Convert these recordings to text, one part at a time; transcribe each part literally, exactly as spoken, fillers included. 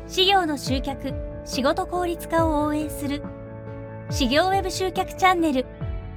事業の集客・仕事効率化を応援する事業ウェブ集客チャンネル。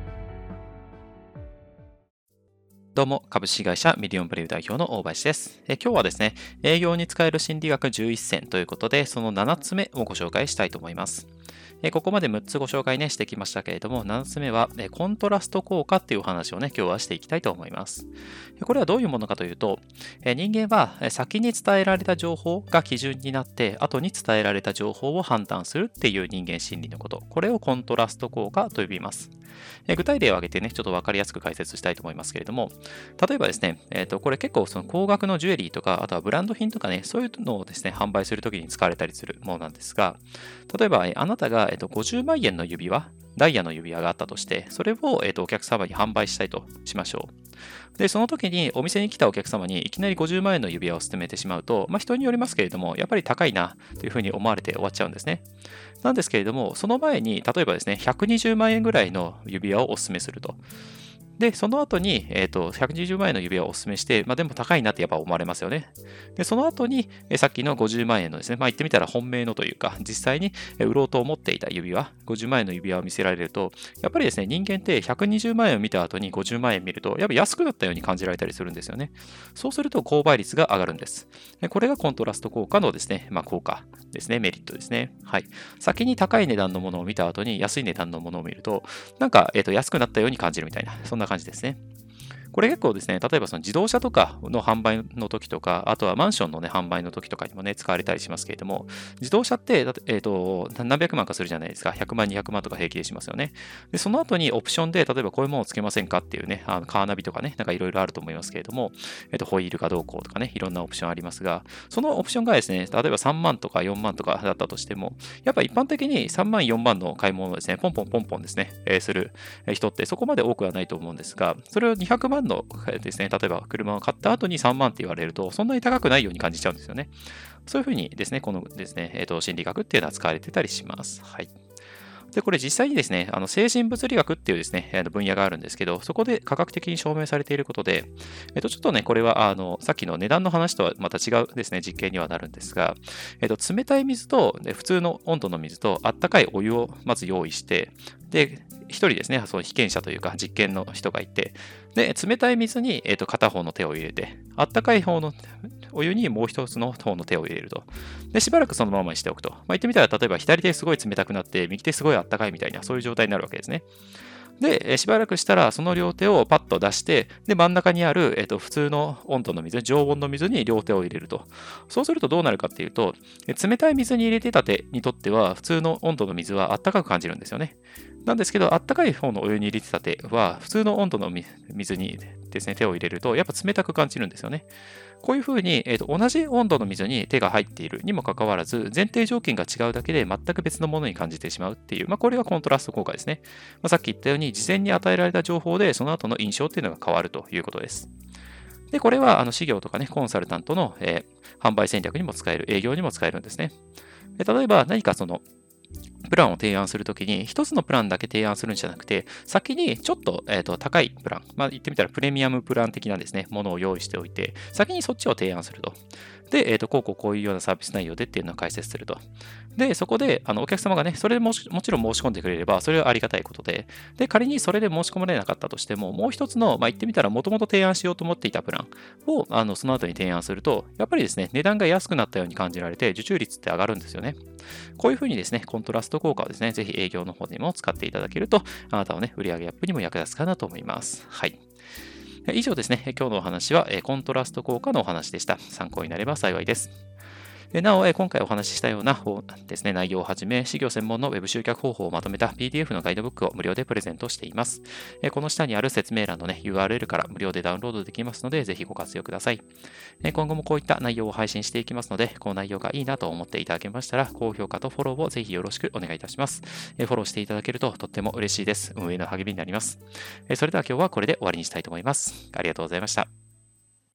どうも、株式会社ミリオンブレイブ代表の大林です。え今日はですね、営業に使える心理学じゅういっ選ということで、そのななつめをご紹介したいと思います。えここまでむっつご紹介ね、してきましたけれども、ななつめはえコントラスト効果っていうお話をね、今日はしていきたいと思います。これはどういうものかというと、え人間はえ先に伝えられた情報が基準になって、後に伝えられた情報を判断するっていう人間心理のこと、これをコントラスト効果と呼びます。え具体例を挙げてね、ちょっと分かりやすく解説したいと思いますけれども、例えばですね、えー、とこれ結構その高額のジュエリーとか、あとはブランド品とかね、そういうのをですね、販売するときに使われたりするものなんですが、例えば、あなたが、えー、とごじゅうまんえんの指輪、ダイヤの指輪があったとして、それを、えー、とお客様に販売したいとしましょう。で、その時にお店に来たお客様にいきなりごじゅうまんえんの指輪を勧めてしまうと、まあ、人によりますけれども、やっぱり高いなというふうに思われて終わっちゃうんですね。なんですけれども、その前に、例えばですね、ひゃくにじゅうまんえんぐらいの指輪をお勧めすると。で、その後に、えーと、ひゃくにじゅうまんえんの指輪をお勧めして、まあ、でも高いなってやっぱ思われますよね。で、その後に、えさっきのごじゅうまんえんのですね、まあ、言ってみたら本命のというか、実際に売ろうと思っていた指輪、ごじゅうまんえんの指輪を見せられると、やっぱりですね、人間ってひゃくにじゅうまんえんを見た後にごじゅうまんえん見ると、やっぱ安くなったように感じられたりするんですよね。そうすると購買率が上がるんです。これがコントラスト効果のですね、まあ、効果ですね、メリットですね。はい。先に高い値段のものを見た後に安い値段のものを見ると、なんか、えーと、安くなったように感じるみたいな、そんな感じですね。これ結構ですね、例えばその自動車とかの販売の時とか、あとはマンションのね、販売の時とかにもね、使われたりしますけれども、自動車って、えっと、何百万かするじゃないですか。ひゃくまん、にひゃくまんとか平気でしますよね。で、その後にオプションで、例えばこういうものをつけませんかっていうね、あのカーナビとかね、なんかいろいろあると思いますけれども、えっと、ホイールがどうこうとかね、いろんなオプションありますが、そのオプションがですね、例えばさんまんとかよんまんとかだったとしても、やっぱ一般的にさんまん、よんまんの買い物をですね、ポンポンポンポンですね、えー、する人ってそこまで多くはないと思うんですが、それをにひゃくまんのですね、例えば車を買った後にさんまんって言われると、そんなに高くないように感じちゃうんですよね。そういうふうにですね、このですね、えーと、心理学っていうのは使われてたりします。はい。で、これ実際にですね、あの精神物理学っていうですね、分野があるんですけど、そこで科学的に証明されていることで、えっと、ちょっとね、これはあのさっきの値段の話とはまた違うですね、実験にはなるんですが、えっと、冷たい水と普通の温度の水とあったかいお湯をまず用意して、で、一人ですね、その被験者というか実験の人がいて、で、冷たい水に、えっと、片方の手を入れて、あったかい方のお湯にもう一つの方の手を入れると。で、しばらくそのままにしておくと。まあ、言ってみたら、例えば左手すごい冷たくなって、右手すごいあったかいみたいな、そういう状態になるわけですね。で、しばらくしたら、その両手をパッと出して、で、真ん中にある、えっと、普通の温度の水、常温の水に両手を入れると。そうするとどうなるかっていうと、冷たい水に入れてた手にとっては、普通の温度の水はあったかく感じるんですよね。なんですけど、あったかい方のお湯に入れてた手は、普通の温度の水にですね、手を入れると、やっぱ冷たく感じるんですよね。こういうふうに、えーと、同じ温度の水に手が入っているにもかかわらず、前提条件が違うだけで全く別のものに感じてしまうっていう、まあ、これがコントラスト効果ですね。まあ、さっき言ったように、事前に与えられた情報で、その後の印象っていうのが変わるということです。で、これは、あの、事業とかね、コンサルタントの、えー、販売戦略にも使える、営業にも使えるんですね。で例えば、何かその、プランを提案するときに、一つのプランだけ提案するんじゃなくて、先にちょっと、えーと、高いプラン、まあ、言ってみたらプレミアムプラン的なですね、ものを用意しておいて、先にそっちを提案すると。で、えーと、こうこうこういうようなサービス内容でっていうのを解説すると。で、そこで、あの、お客様がね、それでももちろん申し込んでくれれば、それはありがたいことで、で、仮にそれで申し込まれなかったとしても、もう一つの、まあ、言ってみたら、もともと提案しようと思っていたプランを、あの、その後に提案すると、やっぱりですね、値段が安くなったように感じられて、受注率って上がるんですよね。こういうふうにですね、コントラスト効果をですね、ぜひ営業の方にも使っていただけると、あなたのね、売上アップにも役立つかなと思います。はい。以上ですね、今日のお話は、コントラスト効果のお話でした。参考になれば幸いです。なお、今回お話ししたようなですね、内容をはじめ、事業専門のウェブ集客方法をまとめた ピーディーエフ のガイドブックを無料でプレゼントしています。この下にある説明欄の、ね、ユーアールエル から無料でダウンロードできますので、ぜひご活用ください。今後もこういった内容を配信していきますので、この内容がいいなと思っていただけましたら、高評価とフォローをぜひよろしくお願いいたします。フォローしていただけるととっても嬉しいです。運営の励みになります。それでは今日はこれで終わりにしたいと思います。ありがとうございました。